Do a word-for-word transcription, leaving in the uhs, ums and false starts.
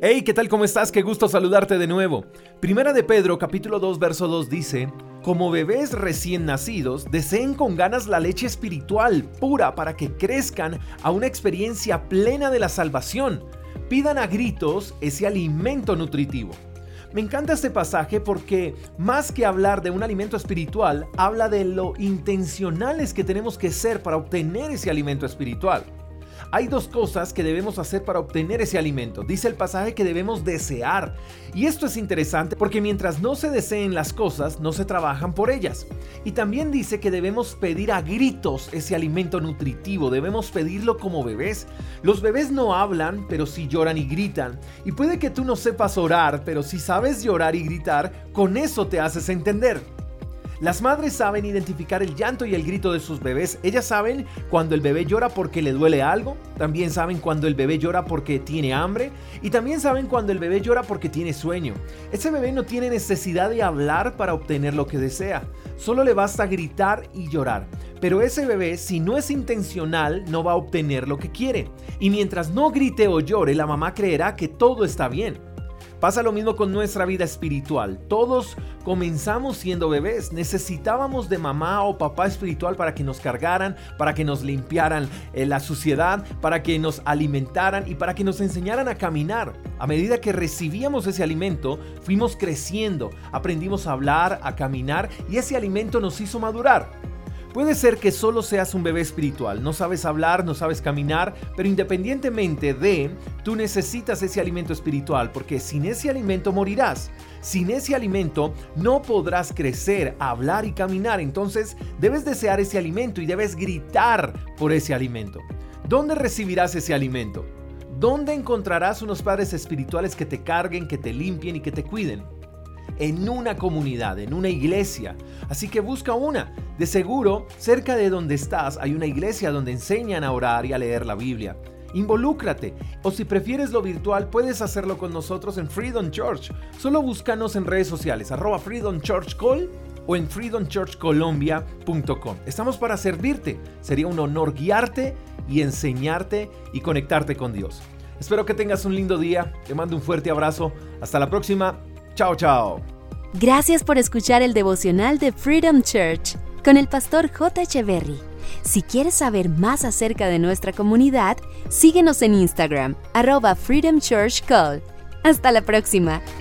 Hey, ¿qué tal? ¿Cómo estás? Qué gusto saludarte de nuevo. Primera de Pedro, capítulo dos, verso dos dice: como bebés recién nacidos, deseen con ganas la leche espiritual pura para que crezcan a una experiencia plena de la salvación. Pidan a gritos ese alimento nutritivo. Me encanta este pasaje porque, más que hablar de un alimento espiritual, habla de lo intencionales que tenemos que ser para obtener ese alimento espiritual. Hay dos cosas que debemos hacer para obtener ese alimento. Dice el pasaje que debemos desear. Y esto es interesante porque mientras no se deseen las cosas, no se trabajan por ellas. Y también dice que debemos pedir a gritos ese alimento nutritivo. Debemos pedirlo como bebés. Los bebés no hablan, pero sí lloran y gritan. Y puede que tú no sepas orar, pero si sabes llorar y gritar, con eso te haces entender. Las madres saben identificar el llanto y el grito de sus bebés. Ellas saben cuando el bebé llora porque le duele algo. También saben cuando el bebé llora porque tiene hambre. Y también saben cuando el bebé llora porque tiene sueño. Ese bebé no tiene necesidad de hablar para obtener lo que desea. Solo le basta gritar y llorar. Pero ese bebé, si no es intencional, no va a obtener lo que quiere. Y mientras no grite o llore, la mamá creerá que todo está bien. Pasa lo mismo con nuestra vida espiritual. Todos comenzamos siendo bebés. Necesitábamos de mamá o papá espiritual para que nos cargaran, para que nos limpiaran eh, la suciedad, para que nos alimentaran y para que nos enseñaran a caminar. A medida que recibíamos ese alimento, fuimos creciendo, aprendimos a hablar, a caminar y ese alimento nos hizo madurar. Puede ser que solo seas un bebé espiritual, no sabes hablar, no sabes caminar, pero independientemente de, tú necesitas ese alimento espiritual porque sin ese alimento morirás. Sin ese alimento no podrás crecer, hablar y caminar, entonces debes desear ese alimento y debes gritar por ese alimento. ¿Dónde recibirás ese alimento? ¿Dónde encontrarás unos padres espirituales que te carguen, que te limpien y que te cuiden? En una comunidad, en una iglesia. Así que busca una. De seguro, cerca de donde estás hay una iglesia donde enseñan a orar y a leer la Biblia. Involúcrate. O si prefieres lo virtual, puedes hacerlo con nosotros en Freedom Church. Solo búscanos en redes sociales, arroba Freedom Church Call o en freedom church colombia punto com. Estamos para servirte. Sería un honor guiarte y enseñarte y conectarte con Dios. Espero que tengas un lindo día. Te mando un fuerte abrazo. Hasta la próxima. Chao, chao. Gracias por escuchar el devocional de Freedom Church con el pastor J. Echeverry. Si quieres saber más acerca de nuestra comunidad, síguenos en Instagram, arroba Freedom Church Call. Hasta la próxima.